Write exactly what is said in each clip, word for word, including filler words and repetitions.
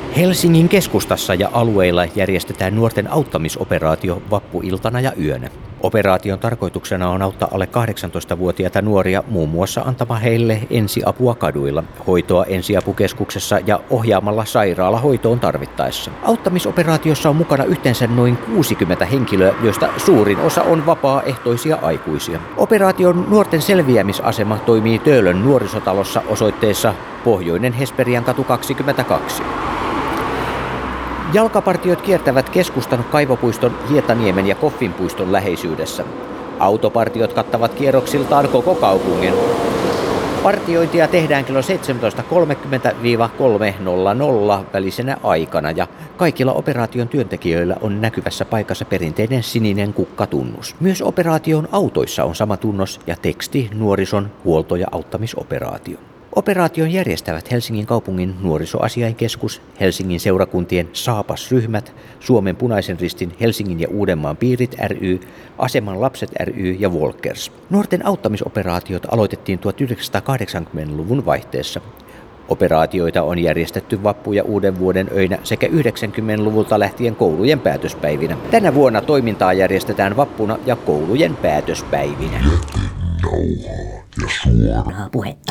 Helsingin keskustassa ja alueilla järjestetään nuorten auttamisoperaatio vappuiltana ja yönä. Operaation tarkoituksena on auttaa alle kahdeksantoistavuotiaita nuoria muun muassa antamaan heille ensiapua kaduilla, hoitoa ensiapukeskuksessa ja ohjaamalla sairaalahoitoon tarvittaessa. Auttamisoperaatiossa on mukana yhteensä noin kuusikymmentä henkilöä, joista suurin osa on vapaaehtoisia aikuisia. Operaation nuorten selviämisasema toimii Töölön nuorisotalossa osoitteessa Pohjoinen Hesperiankatu kaksikymmentäkaksi. Jalkapartiot kiertävät keskustan Kaivopuiston, Hietaniemen ja Koffinpuiston läheisyydessä. Autopartiot kattavat kierroksiltaan koko kaupungin. Partiointia tehdään kello seitsemäntoista kolmekymmentä - kolme nolla nolla välisenä aikana ja kaikilla operaation työntekijöillä on näkyvässä paikassa perinteinen sininen kukkatunnus. Myös operaation autoissa on sama tunnus ja teksti nuorison huolto- ja auttamisoperaatio. Operaation järjestävät Helsingin kaupungin nuorisoasiainkeskus, Helsingin seurakuntien Saapas-ryhmät, Suomen Punaisen Ristin Helsingin ja Uudenmaan piirit ry, Aseman lapset ry ja Walkers. Nuorten auttamisoperaatiot aloitettiin tuhatyhdeksänsataakahdeksankymmentäluvun vaihteessa. Operaatioita on järjestetty vappu- ja uuden vuoden öinä sekä yhdeksänkymmentäluvulta lähtien koulujen päätöspäivinä. Tänä vuonna toimintaa järjestetään vappuna ja koulujen päätöspäivinä. Jätenauhaa ja suoraa puhetta.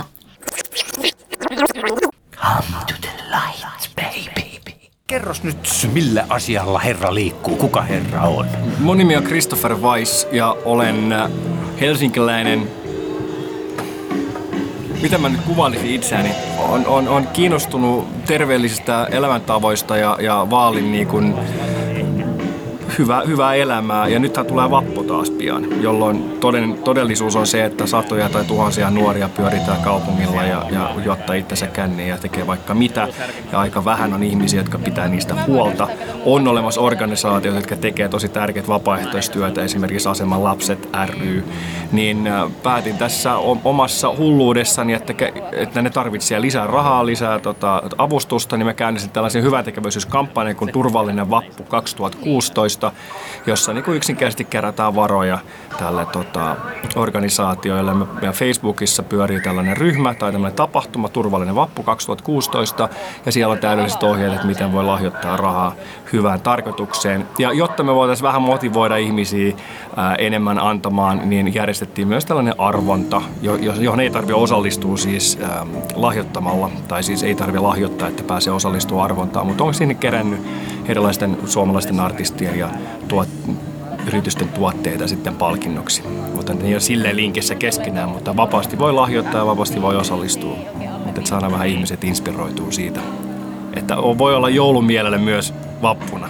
Come to the light, baby. Kerros nyt, millä asialla herra liikkuu, kuka herra on? Mun nimi on Christopher Weiss ja olen helsinkiläinen. Mitä mä nyt kuvailisin itseäni? On, on, on kiinnostunut terveellisistä elämäntavoista ja, ja vaalin niin kuin hyvä, hyvää elämää. Ja nythän tulee vappu taas pian, jolloin toden, todellisuus on se, että satoja tai tuhansia nuoria pyöritään kaupungilla ja, ja juottaa itsensä känniin ja tekee vaikka mitä. Ja aika vähän on ihmisiä, jotka pitää niistä huolta. On olemassa organisaatioita, jotka tekee tosi tärkeät vapaaehtoistyötä, esimerkiksi Aseman lapset ry. Niin päätin tässä omassa hulluudessani, että, että ne tarvitsee lisää rahaa, lisää tota, avustusta, niin mä käynnistin tällaisen hyväntekeväisyyskampanjan kuin Turvallinen vappu kaksituhattakuusitoista, jossa niin kuin yksinkertaisesti kerätään varoja tälle tota, organisaatioille. Meidän Facebookissa pyörii tällainen ryhmä tai tällainen tapahtuma Turvallinen vappu kaksituhattakuusitoista ja siellä on täydelliset ohjeet, että miten voi lahjoittaa rahaa hyvään tarkoitukseen. Ja jotta me voitaisiin vähän motivoida ihmisiä ää, enemmän antamaan, niin järjestettiin myös tällainen arvonta, johon ei tarvitse osallistua siis ää, lahjoittamalla, tai siis ei tarvitse lahjoittaa, että pääsee osallistumaan arvontaan, mutta on sinne kerännyt erilaisten suomalaisten artistien ja tuot, yritysten tuotteita sitten palkinnoksi. Mutta ne ei ole silleen linkissä keskenään, mutta vapaasti voi lahjoittaa ja vapaasti voi osallistua. Mutta saadaan vähän ihmiset inspiroitua siitä, että voi olla joulumielelle myös vappuna.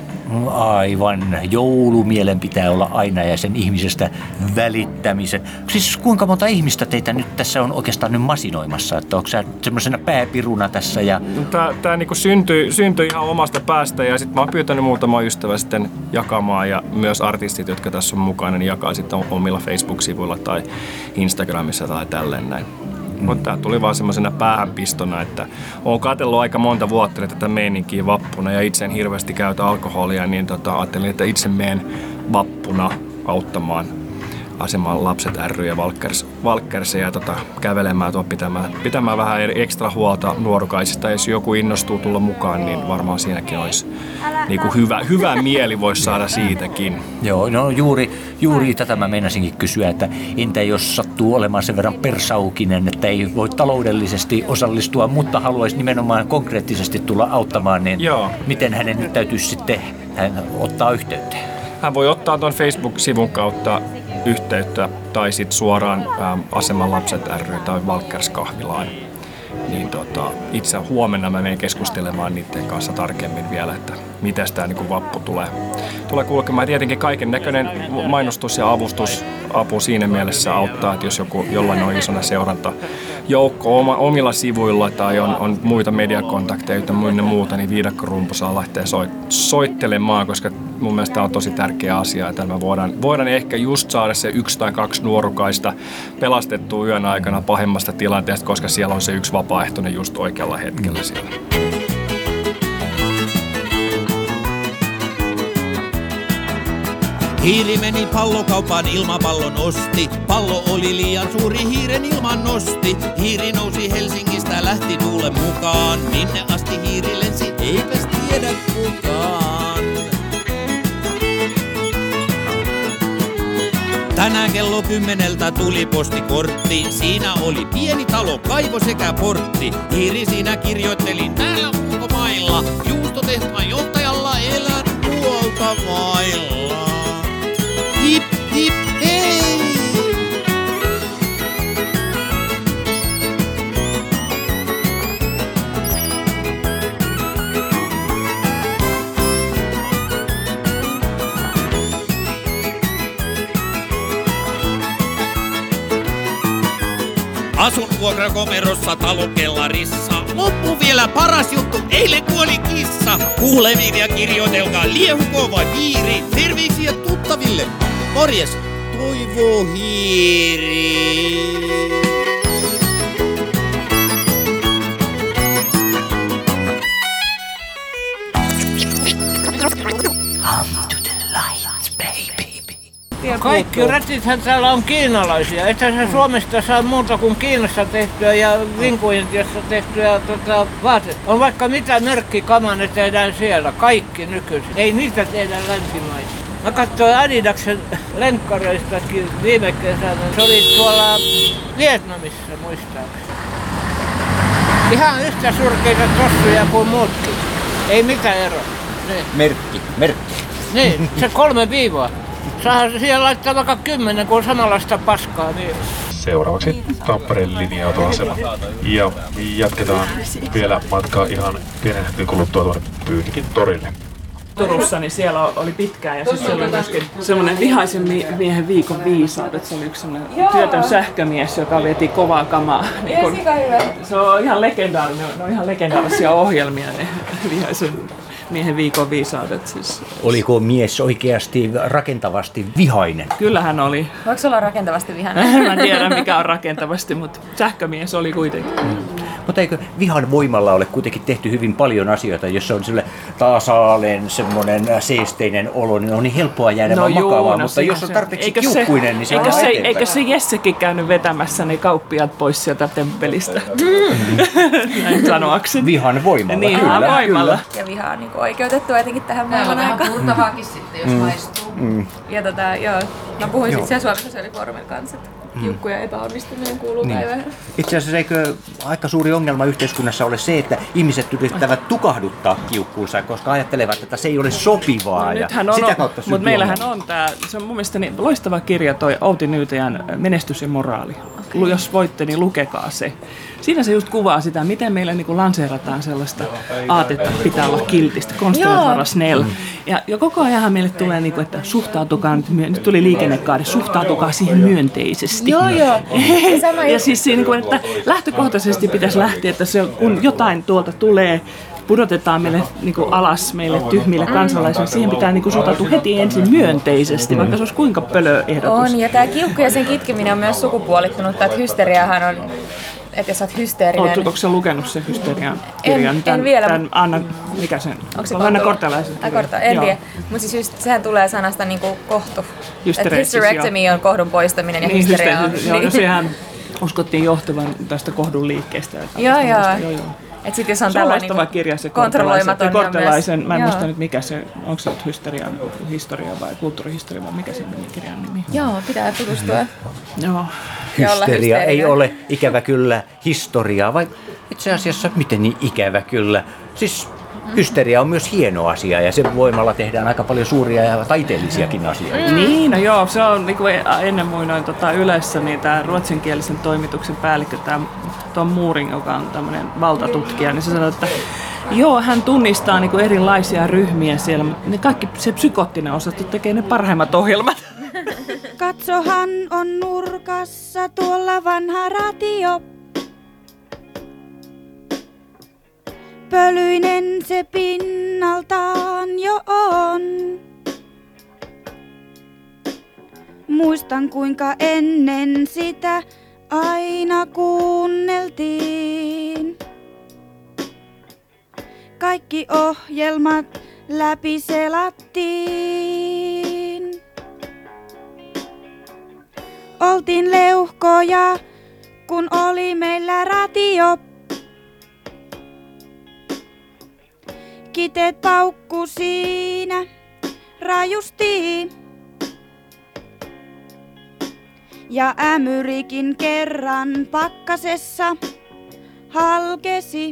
Aivan. Joulumielen pitää olla aina ja sen ihmisestä välittämisen. Siis kuinka monta ihmistä teitä nyt tässä on oikeastaan nyt masinoimassa? Että onko sä semmoisena pääpiruna tässä? Ja... Tää, tää niinku syntyi, syntyi ihan omasta päästä ja sitten mä oon pyytänyt muutama ystävä sitten jakamaan ja myös artistit, jotka tässä on mukana, niin jakaa sitten omilla Facebook-sivuilla tai Instagramissa tai tälleen näin. Mutta tämä tuli vaan semmoisena päähänpistona, että olen katsellut aika monta vuotta tätä meininkiä vappuna ja itse en hirveästi käytä alkoholia, niin tota, ajattelin, että itse menen vappuna auttamaan Aseman lapset ry ja Walkers, Walkersia ja tota, kävelemään tuon pitämään, pitämään vähän ekstra huolta nuorukaisista. Jos joku innostuu tulla mukaan, niin varmaan siinäkin olisi niin kuin hyvä, hyvä mieli voisi saada siitäkin. Joo, no juuri, juuri tätä mä meinasinkin kysyä, että entä jos sattuu olemaan sen verran persaukinen, että ei voi taloudellisesti osallistua, mutta haluaisi nimenomaan konkreettisesti tulla auttamaan, niin Joo. Miten hänen nyt täytyisi sitten hän ottaa yhteyttä? Hän voi ottaa tuon Facebook-sivun kautta yhteyttä tai sitten suoraan ä, Aseman lapset ry tai Walkers kahvilaan. Niin tota, itse huomenna mä menen keskustelemaan niiden kanssa tarkemmin vielä, että miten tämä niin vappu tulee, tulee kulkemaan. Ja tietenkin kaiken näköinen mainostus ja avustus apu siinä mielessä auttaa, että jos joku, jollain on isona seurantajoukko oma, omilla sivuilla tai on, on muita mediakontakteja ja muuta, niin viidakkorumpu saa lähteä soit, soittelemaan, koska mun mielestä tämä on tosi tärkeä asia, että me voidaan, voidaan ehkä just saada se yksi tai kaksi nuorukaista pelastettua yön aikana pahemmasta tilanteesta, koska siellä on se yksi vapaaehtoinen just oikealla hetkellä siellä. Hiiri meni pallokauppaan, ilmapallon osti. Pallo oli liian suuri, hiiren ilman nosti. Hiiri nousi Helsingistä, lähti tuulen mukaan. Minne asti hiiri lensi, eipäs tiedä kukaan. Tänään kello kymmeneltä tuli postikortti. Siinä oli pieni talo, kaivo sekä portti. Hiiri siinä kirjoitteli täällä ulkomailla. Juustotehtaan johtajalla elän puolta vailla. Hip hip hei! Asun vuokrakomerossa talokellarissa. Loppu vielä paras juttu, eilen kuoli kissa. Kuuleviin ja kirjoitelkaa, liehuko vai viiri. Terveisiä tuttaville. Morjes, Toivo Hiiri. Kaikki rätithän täällä on kiinalaisia. Ethän sä Suomesta saa muuta kuin Kiinassa tehtyä ja Vinkuintiassa tehtyä tota, vaatetta. On vaikka mitä merkkikamaa, ne tehdään siellä. Kaikki nykyisin. Ei niitä tehdä länsimaissa. Mä katsoin Adidaksen lenkkareistakin viime kesänä. Se oli tuolla Vietnamissa muistaakseni. Ihan yhtä surkeita tossuja kuin muutkin. Ei mitään eroa. Niin. Merkki, merkki. Niin, se kolme viivaa. Saadaan siihen laittaa vaikka kymmenen, kun on samanlaista paskaa. Niin. Seuraavaksi Tampereen linja-autoasema. Ja jatketaan vielä matkaa ihan pienen hetken kuluttua tuonne Pyynikin torille. Turussa, niin siellä oli pitkään ja siis siellä oli myöskin semmoinen vihaisen miehen viikon viisaudet. Se oli yksi semmoinen työtön sähkömies, joka veti kovaa kamaa. Niin kun, se on ihan legendaarinen, ne on ihan legendaarisia ohjelmia ne vihaisen miehen viikon viisaudet. Siis. Oliko mies oikeasti rakentavasti vihainen? Kyllä hän oli. Voiko olla rakentavasti vihainen? Mä en tiedä mikä on rakentavasti, mutta sähkömies oli kuitenkin. Mm. Mutta eikö vihan voimalla ole kuitenkin tehty hyvin paljon asioita, jos se on sille tasaalen semmoinen seesteinen olo, niin on niin helppoa jäädä no vaan juu, makaamaan, no mutta jos on tarpeeksi kiukkuinen, se, niin se eikö on se, eteenpäin. eikö se Jessekin käynyt vetämässä ne kauppiaat pois sieltä temppelistä? Mm. Näin sanoakseni. Vihan voimalla, niin, kyllä. Vihan voimalla. Ja viha on niin oikeutettu etenkin tähän maailman aikaan. Täällä on vähän purtavaakin sitten, jos mm. maistuu. Mm. Ja tota, joo, mä puhuin sitten siellä Suomessa sosiaalifoorumin kanssa, että kiukku ja epäonnistuminen kuuluu niin. päivään. Itse asiassa eikö aika suuri ongelma yhteiskunnassa ole se, että ihmiset yrittävät tukahduttaa kiukkuunsa, koska ajattelevat, että se ei ole sopivaa no, ja on, sitä kautta syntyy. mutta meillähän on tämä, se on mun mielestäni loistava kirja toi Outi Nyytäjän Menestys ja moraali. Okay. Jos voitte, niin lukekaa se. Siinä se just kuvaa sitä, miten meillä niin lanseerataan sellaista aatetta, että pitää olla kiltistä, Constellation Snell. Ja, ja koko ajan meille tulee, niin kuin, että suhtautukaa, nyt, nyt tuli liikennekaari, suhtautukaa siihen myönteisesti. Joo, joo. Ja, ja siis siinä, niin että lähtökohtaisesti pitäisi lähteä, että se, kun jotain tuolta tulee, pudotetaan meille niin kuin alas meille tyhmille kansalaisille. Siihen pitää niin kuin suhtautua heti ensin myönteisesti, vaikka se olisi kuinka pölö ehdotus. On, ja tämä kiukku ja sen kitkeminen on myös sukupuolittunut, että hysteriahan on, että jos olet hysteerinen... Oletko sä lukenut sen hysterian kirjan? En, tämän, en vielä. Tämän Anna, mikä sen? Onko se Anna Kortelaisen kirja? Korta, en tiedä. Mutta siis just, sehän tulee sanasta niin kuin kohtu. Hystereettis, hysterectomy on kohdun poistaminen ja niin, hysteria on... Joo, no sehän uskottiin johtuvan tästä kohdun liikkeestä. Joo, joo. joo, joo. Et sit, jos on se on loistava niin kirja, se Kortelaisen. Kortelaisen, mä en joo. muista nyt mikä se, onko se historian historia vai kulttuurihistoria vai mikä se meni kirjan nimi. Joo, pitää tutustua. Mm. Joo. Hysteria ei ole ikävä kyllä historiaa, vai itse asiassa miten niin ikävä kyllä. Siis hysteria on myös hieno asia ja sen voimalla tehdään aika paljon suuria ja taiteellisiakin asioita. Mm. Niin, no joo, se on niin kuin ennen muinoin tota, Ylessä niin tämä ruotsinkielisen toimituksen päällikkö, tämä Tom Mooring, joka on tämmöinen valtatutkija, niin se sanoi, että joo, hän tunnistaa niin kuin erilaisia ryhmiä siellä, mutta ne kaikki se psykoottinen osasto tekee ne parhaimmat ohjelmat. Katsohan on nurkassa tuolla vanha ratio. Pölyinen se pinnaltaan jo on. Muistan kuinka ennen sitä aina kuunneltiin. Kaikki ohjelmat läpi selattiin. oltiin leuhkoja, kun oli meillä radio. Kiteet paukku siinä rajusti. Ja ämyrikin kerran pakkasessa halkesi.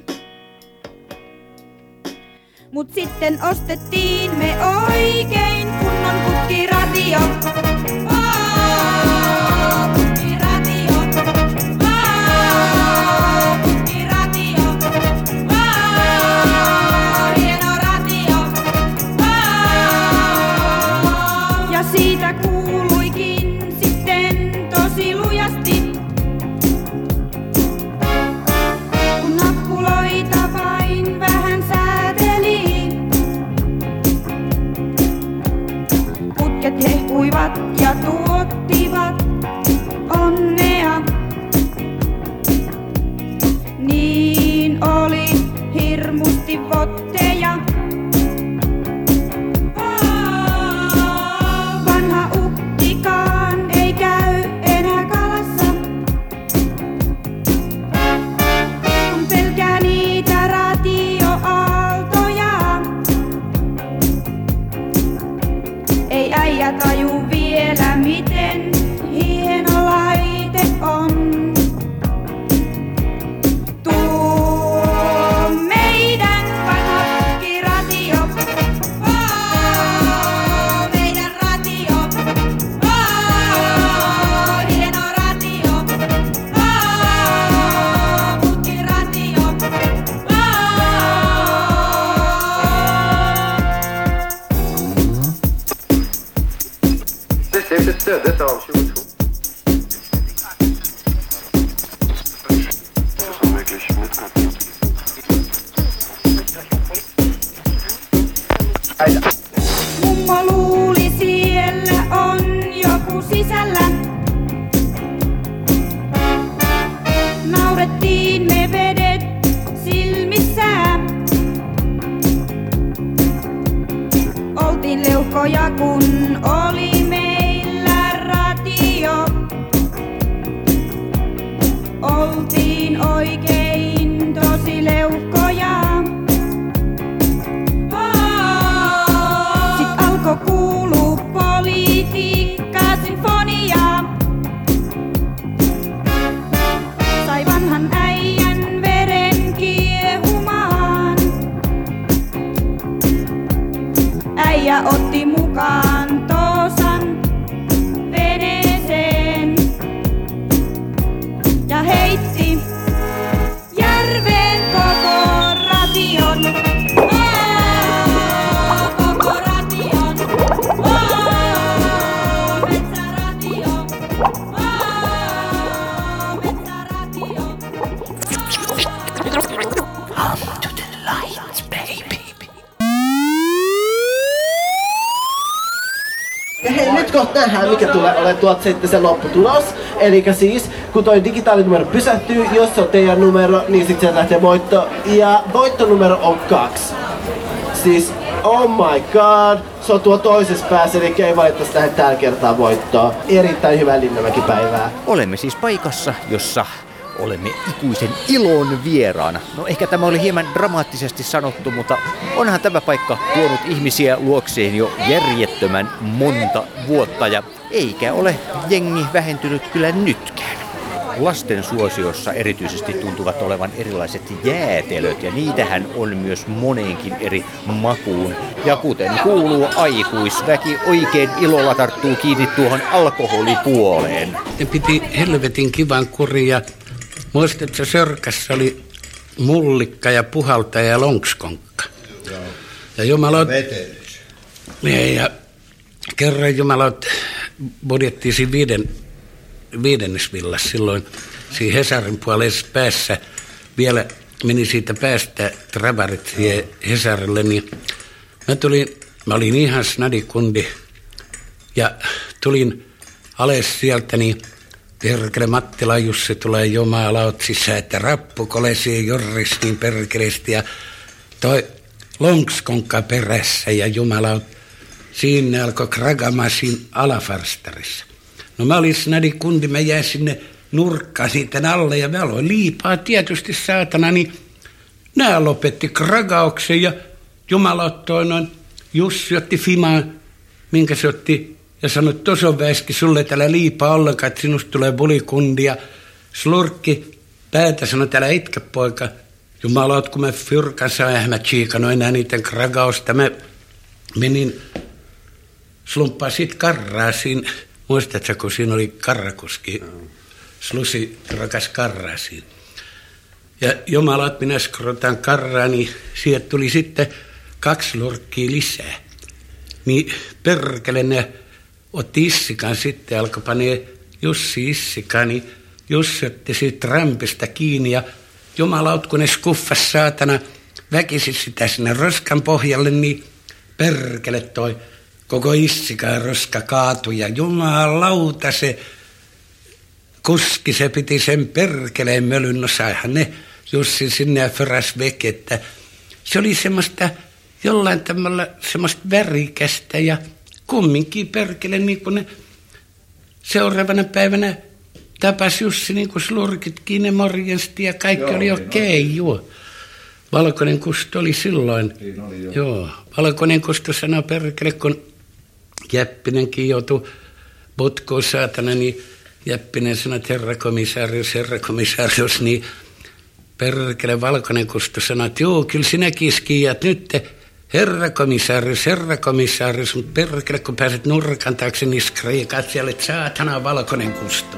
Mut sitten ostettiin me oikein kunnon putkiradio. Oh, putkiradio. Oh, putkiradio. Oh, hieno radio. Oh. Ja siitä kuuluikin sitten tosi lujasti. Kun nappuloita vain vähän sääteli. Putket hehkuivat ja tuottivat onnea. Niin oli hirmusti votteja. Vanha ukkikaan ei käy enää kalassa. Kun pelkää niitä radioaaltoja. Ei äijä taju vielä miten hieno laite on. Tuo meidän vanha putkiradio. Oh, meidän radio. Oh, hieno radio. Oh, putkiradio. Oh. Mummo luuli siellä on joku sisällä. Naurettiin me vedet silmissään. Oltiin leuhkoja kun oli meillä radio. Oltiin oikein tosi leuhkoja. Sit alko kuuluu politiikka-sinfonia. Sai vanhan äijän veren kiehumaan. Äijä otti mukaan Toosan veneeseen ja heitti järveen koko radion. Oh, koko radion. Oh, metsäradio. Oh, metsäradio. Come to the lights, baby. Ja hei, nyt kohta nähdään, mikä tulee olemaan tuolta sitten se lopputulos. Elikkä siis, kun toi digitaalinumero pysähtyy, jos se on teidän numero, niin sitten sieltä lähtee voitto. Ja voittonumero on kaksi. Siis, oh my god, se on tuo toisessa päässä, eli ei valitettavasti lähde tällä kertaa voittoa. Erittäin hyvää Linnanmäki-päivää. Olemme siis paikassa, jossa olemme ikuisen ilon vieraana. No ehkä tämä oli hieman dramaattisesti sanottu, mutta onhan tämä paikka tuonut ihmisiä luokseen jo järjettömän monta vuotta ja eikä ole jengi vähentynyt kyllä nytkään. Lasten suosiossa erityisesti tuntuvat olevan erilaiset jäätelöt ja niitähän on myös moneenkin eri makuun. Ja kuten kuuluu, aikuisväki oikein ilolla tarttuu kiinni tuohon alkoholipuoleen. Ne piti helvetin kivan kurin ja muistatko, Sörkässä oli mullikka ja puhaltaja ja lonkskonkka. Ja jumalot... Ja, ja kerran jumalot budjettiin siinä viiden, viidennesvillassa silloin siinä Hesarin puolessa päässä. Vielä meni siitä päästä travarit siihen Hesarille, niin mä tulin, mä olin ihan snadikundi ja tulin alas sieltä, niin perkele Mattila Jussi tulee jumalaut sisään, että rappu kolesi jorris niin perkeleesti ja toi lonkskonkka perässä ja jumalaut. Siinä alkoi kragamaan siinä alafarstarissa. No mä olin sinä kundi, mä jäin sinne nurkkaan siitä alle ja mä aloin liipaa tietysti saatana, niin nää lopetti kragauksen ja Jumala ottoi noin, Jussi otti Fimaan, minkä se otti ja sanoi, että tuossa on väiski, sulle täällä liipaa ollenkaan, että sinusta tulee bulikundi ja slurkki päätä, sanoi, täällä itke poika. Jumala, kun mä fyrkan sain, eihän mä tsiikannut enää niiden kragausta. Mä menin slumppaan sit karraasiin. Muistatko, kun siinä oli karrakuski? Slusi rakas karraasiin. Ja Jumala, että minä skrotan karraa, niin sieltä tuli sitten kaksi lurkkia lisää. Niin perkele ne otti Issikan sitten, alkoi panee Jussi Issikan, niin Jussi otti siitä rämpistä kiinni ja Jumalaut, kun ne skuffas saatana väkisi sitä sinne roskan pohjalle, niin perkele toi koko Issika ja roska kaatui. Ja jumalauta se kuski, se piti sen perkeleen mölyn, no saihan ne Jussi sinne ja föräs veke, että se oli semmoista jollain tämmöllä semmoista värikästä ja kumminkin perkele niin kuin ne seuraavana päivänä tapas Jussi niin kuin slurkitkin, ne morjensti ja kaikki joo, oli okei, okay, joo. Valkoinen Kusto oli silloin. Oli, joo. joo. Valkoinen Kusto sanoi perkele, kun Jeppinenkin joutui potkoon saatana, niin Jeppinen sanoi, että herra komisarius, herra komisarius, niin perkele Valkoinen Kusto sanoi, että joo, kyllä sinäkin skiijat nyt, herra komisarius, herra komisarius, mutta perkele, kun pääset nurkan taakse, niin skriikaat siellä, että saatana Valkoinen Kusto.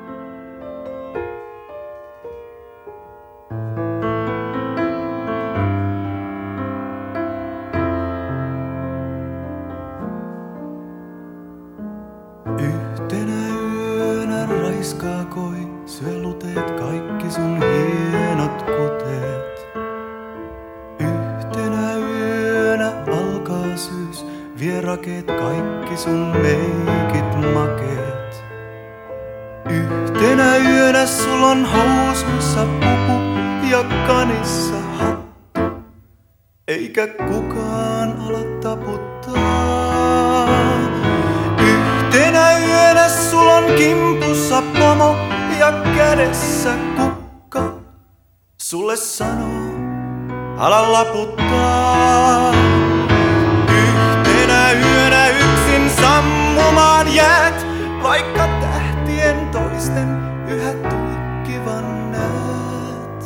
Eikä kukaan ala taputtaa. Yhtenä yönä sul on kimpussa pomo ja kädessä kukka. Sulle sanoo, ala laputtaa. Yhtenä yönä yksin sammumaan jäät, vaikka tähtien toisten yhä tuikkivan näet.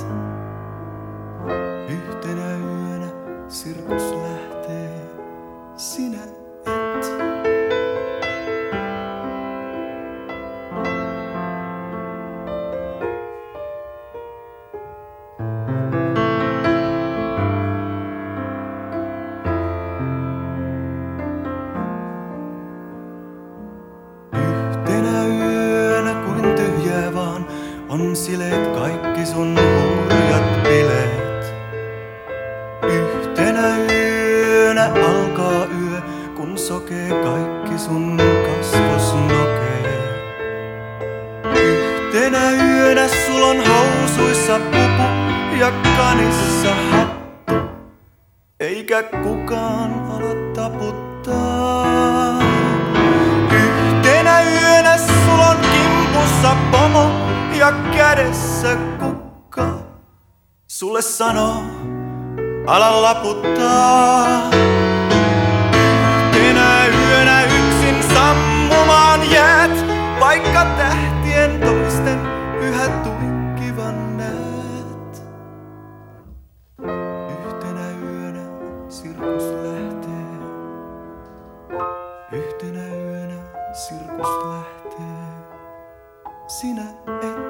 Yhtenä yönä sirkus lähtee, sinä et. Yhtenä yönä kuin tyhjää vaan on sileet kaikki sun hurjat bileet. Yhtenä yönä alkaa yö, kun sokee kaikki sun kasvos nokee. Yhtenä yönä sul on housuissa pupu ja kanissa hattu. Eikä kukaan ala taputtaa. Yhtenä yönä sul on kimpussa pomo ja kädessä kukka. Sulle sanoo, ala laputtaa. Yhtenä yönä yksin sammumaan jäät, vaikka tähtien toisten yhä tuikkivan näet. Yhtenä yönä sirkus lähtee. Yhtenä yönä sirkus lähtee. Sinä et.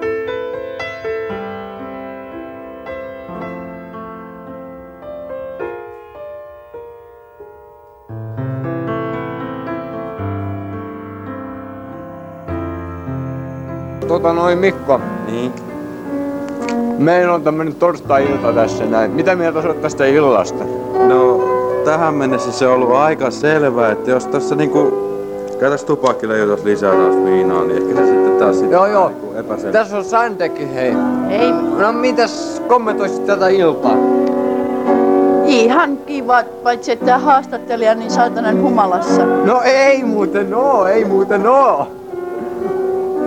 Tota noin Mikko. Niin. Meillä on tämmönen torstai-ilta tässä näin. Mitä mieltä sä oot tästä illasta? No, tähän mennessä se on ollut aika selvää, että jos tässä niinku käytäis tupakille jotain lisää taas viinaa, niin ehkä se sitten taas sitten joo, joo. Niinku epäselvä. Tässä on Sandekin, hei. Hei. No mitäs kommentoisit tätä iltaa? Ihan kiva, paitsi että haastattelija niin saatanan humalassa. No ei muuten oo, ei muuten oo.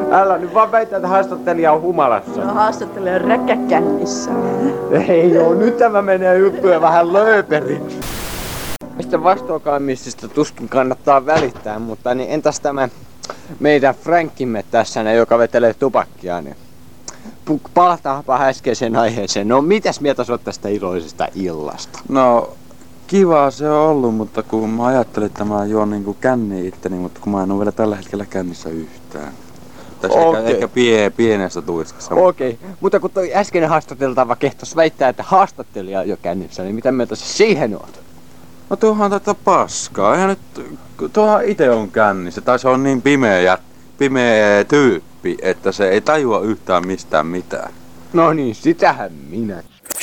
Älä nyt vaan väitä, että haastattelija on humalassa. No haastattelija on räkkäkännissä. Ei oo, nyt tämä menee juttuja vähän lööperiksi. Mistä vastoinkäymisistä tuskin kannattaa välittää, mutta niin entäs tämä meidän Frankkimme tässä, joka vetelee tupakkia, niin palataanpa äskeiseen aiheeseen. No mitäs mieltä sä oot tästä iloisesta illasta? No kivaa se on ollut, mutta kun mä ajattelin, että mä juon niinku känni itteni, mutta kun mä en ole vielä tällä hetkellä kännissä yhtään. Tai Okei. ehkä, ehkä pie, pienestä tuiskassa. Okei, okay. Mutta kun toi äskeinen haastateltava kehtos väittää, että haastattelija on jo kännissä, niin mitä mieltä sä siihen oot? No tuohan tätä paskaa. Eihän nyt, tuohan ite on kännissä. Tai se on niin pimeä, pimeä tyyppi, että se ei tajua yhtään mistään mitään. No niin, sitähän minä.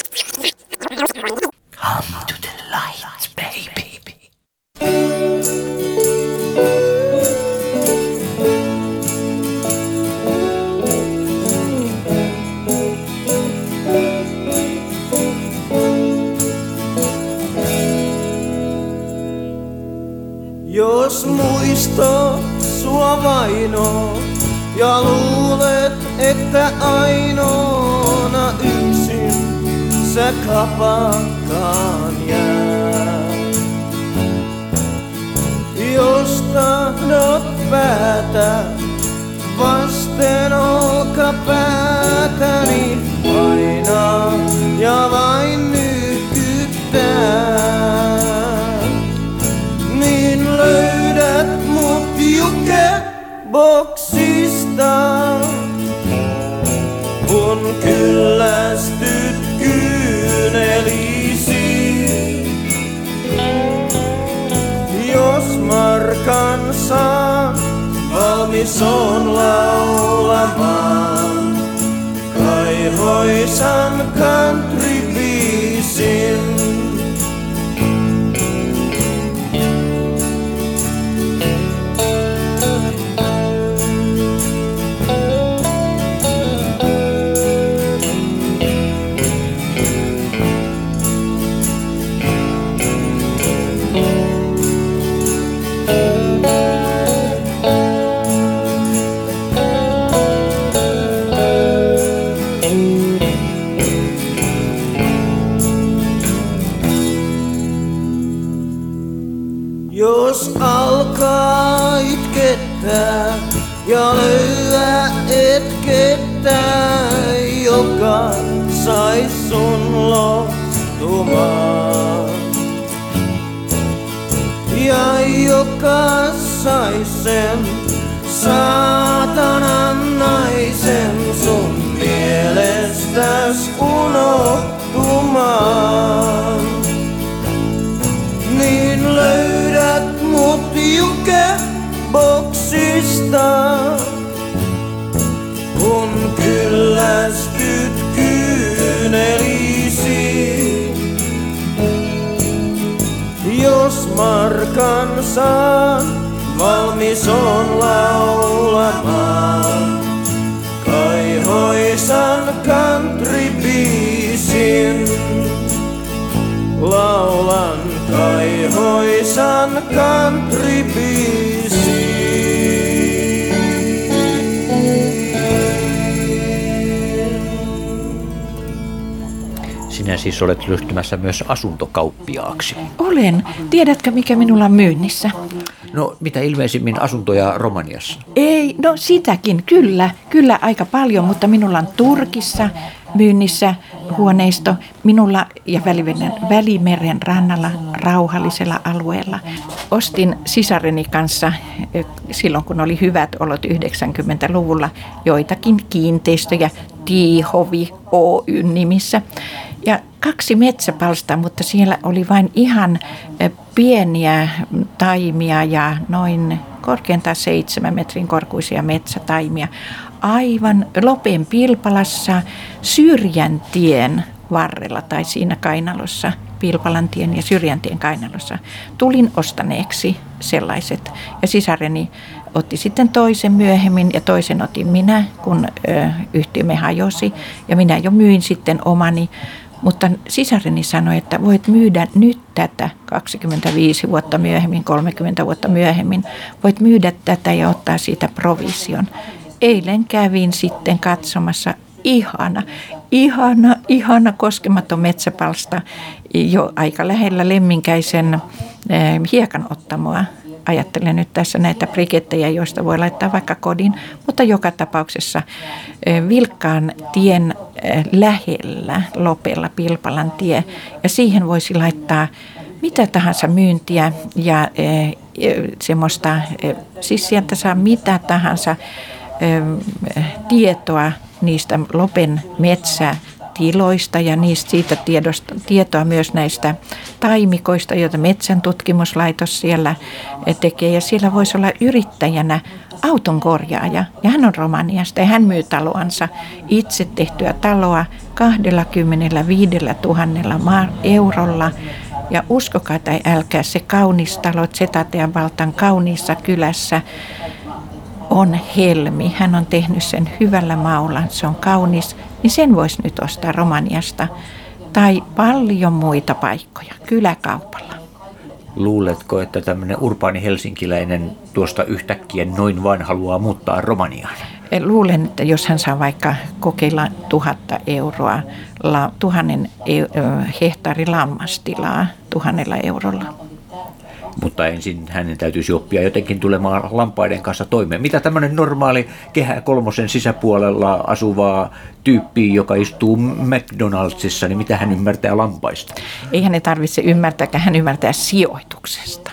Come to the light, baby. Jos muistot sua vainoo ja luulet, että ainoana yksin sä kapakkaan jäät. Jos tahdot päätä vasten olkapäätäni painaa ja vain nykyttää, niin löydät mut jukeboksista, kun kyllästyt kyynelisi. Jos markan saan, valmis on laulamaan kaihoisan country-biisin. Jos alkaa itkettää ja löyä etkettä, joka sais sun lohtumaan. Ja joka sais sen saatanan naisen sun mielestäs unohtumaan. Niin löydät mut jukeboksista, kun kyllästyt kyynelisi. Jos markan saan, valmis on laulamaan kaihoisan country-biisin. Laulan kaihoisan country-biisin. Sinä siis olet ryhtymässä myös asuntokauppiaaksi. Olen. Tiedätkö, mikä minulla on myynnissä? No, mitä ilmeisimmin asuntoja Romaniassa? Ei, no sitäkin, kyllä. Kyllä aika paljon, mutta minulla on Turkissa myynnissä huoneisto. Minulla ja Välimeren, Välimeren rannalla rauhallisella alueella. Ostin sisareni kanssa silloin, kun oli hyvät olot yhdeksänkymmentäluvulla, joitakin kiinteistöjä Tiihovi Oyn nimissä. Ja kaksi metsäpalstaa, mutta siellä oli vain ihan pieniä taimia ja noin korkeintaan seitsemän metrin korkuisia metsätaimia. Aivan Lopen Pilpalassa Syrjäntien varrella tai siinä kainalossa, Pilpalantien ja Syrjäntien kainalossa. Tulin ostaneeksi sellaiset ja sisareni otti sitten toisen myöhemmin ja toisen otin minä, kun ö, yhtiömme hajosi ja minä jo myin sitten omani. Mutta sisareni sanoi, että voit myydä nyt tätä kaksikymmentäviisi vuotta myöhemmin, kolmekymmentä vuotta myöhemmin. Voit myydä tätä ja ottaa siitä provision. eilen kävin sitten katsomassa ihana, ihana, ihana koskematon metsäpalsta jo aika lähellä Lemminkäisen hiekanottamoa. Ajattelen nyt tässä näitä brikettejä, joista voi laittaa vaikka kodin, mutta joka tapauksessa Vilkkaan tien lähellä Lopella Pilpalan tie. Ja siihen voisi laittaa mitä tahansa myyntiä ja semmoista, siis sieltä saa mitä tahansa tietoa niistä Lopen metsätiloista ja niistä siitä tiedosta, tietoa myös näistä taimikoista, joita Metsän tutkimuslaitos siellä tekee. Ja siellä voisi olla yrittäjänä auton korjaaja ja hän on Romaniasta ja hän myy taloansa, itse tehtyä taloa kaksikymmentäviisi tuhatta eurolla. Ja uskokaa tai älkää, se kaunis talo Zetatean Baltan kauniissa kylässä on helmi. Hän on tehnyt sen hyvällä maulla, se on kaunis, niin sen voisi nyt ostaa Romaniasta. Tai paljon muita paikkoja, kyläkaupalla. Luuletko, että tämmöinen urbaani helsinkiläinen tuosta yhtäkkiä noin vain haluaa muuttaa Romaniaan? Luulen, että jos hän saa vaikka kokeilla tuhatta euroa, la, tuhannen hehtaari lammastilaa tuhannella eurolla. Mutta ensin hänen täytyisi oppia jotenkin tulemaan lampaiden kanssa toimeen. Mitä tämmöinen normaali Kehä Kolmosen sisäpuolella asuvaa tyyppi, joka istuu McDonaldsissa, niin mitä hän ymmärtää lampaista? Ei hänen tarvitse ymmärtää, hän ymmärtää sijoituksesta.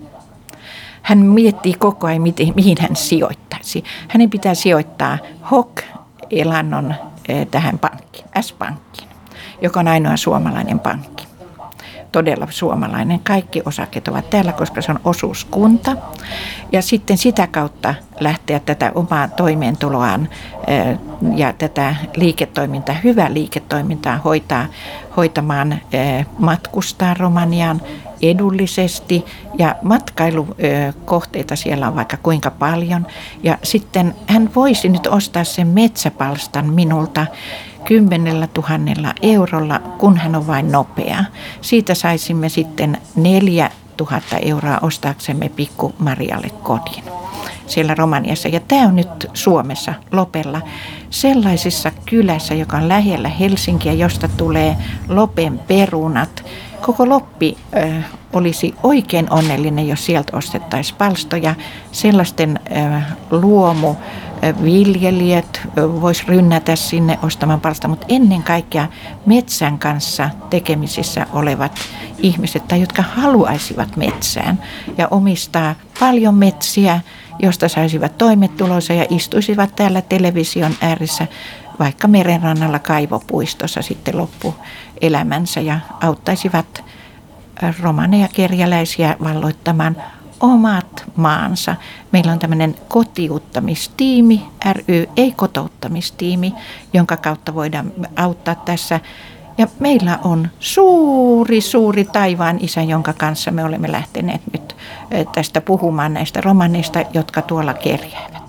Hän miettii koko ajan, mihin hän sijoittaisi. Hänen pitää sijoittaa H O K-elannon tähän pankkiin, S-pankkiin, joka on ainoa suomalainen pankki. Todella suomalainen. Kaikki osakkeet ovat täällä, koska se on osuuskunta. Ja sitten sitä kautta lähteä tätä omaa toimeentuloaan ja tätä liiketoimintaa, hyvää liiketoimintaa hoitaa, hoitamaan, matkustaa Romaniaan edullisesti. Ja matkailukohteita siellä on vaikka kuinka paljon. Ja sitten hän voisi nyt ostaa sen metsäpalstan minulta kymmenellä tuhannella eurolla, kun hän on vain nopea. Siitä saisimme sitten neljä tuhatta euroa ostaaksemme pikku Marialle kodin siellä Romaniassa. Ja tämä on nyt Suomessa, Lopella, sellaisessa kylässä, joka on lähellä Helsinkiä, josta tulee Lopen perunat. Koko Loppi äh, olisi oikein onnellinen, jos sieltä ostettaisiin palstoja. Sellaisten äh, luomu viljelijät vois rynnätä sinne ostamaan palsta, mutta ennen kaikkea metsän kanssa tekemisissä olevat ihmiset, tai jotka haluaisivat metsään ja omistaa paljon metsiä, josta saisivat toimetulonsa ja istuisivat täällä television ääressä vaikka merenrannalla kaivopuistossa sitten loppuelämänsä ja auttaisivat romaneja kerjäläisiä valloittamaan omat maansa. Meillä on tämmöinen kotiuttamistiimi, ry, ei kotouttamistiimi, jonka kautta voidaan auttaa tässä. Ja meillä on suuri, suuri taivaan isä, jonka kanssa me olemme lähteneet nyt tästä puhumaan näistä romaneista, jotka tuolla kerjäävät.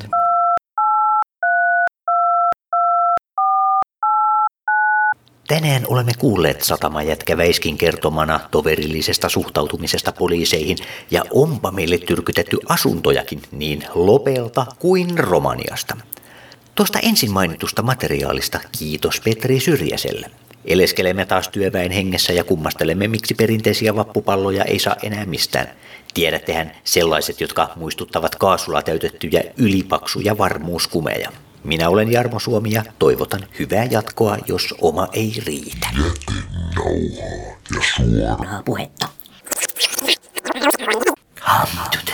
Tänään olemme kuulleet satamajätkä Väiskin kertomana toverillisesta suhtautumisesta poliiseihin ja onpa meille tyrkytetty asuntojakin niin Lopelta kuin Romaniasta. Tuosta ensin mainitusta materiaalista kiitos Petri Syrjäselle. Eleskelemme taas työväen hengessä ja kummastelemme, miksi perinteisiä vappupalloja ei saa enää mistään. Tiedättehän sellaiset, jotka muistuttavat kaasulla täytettyjä ylipaksuja varmuuskumeja. Minä olen Jarmo Suomi ja toivotan hyvää jatkoa, jos oma ei riitä. Jätenauhaa ja suoraa puhetta. Hamtut.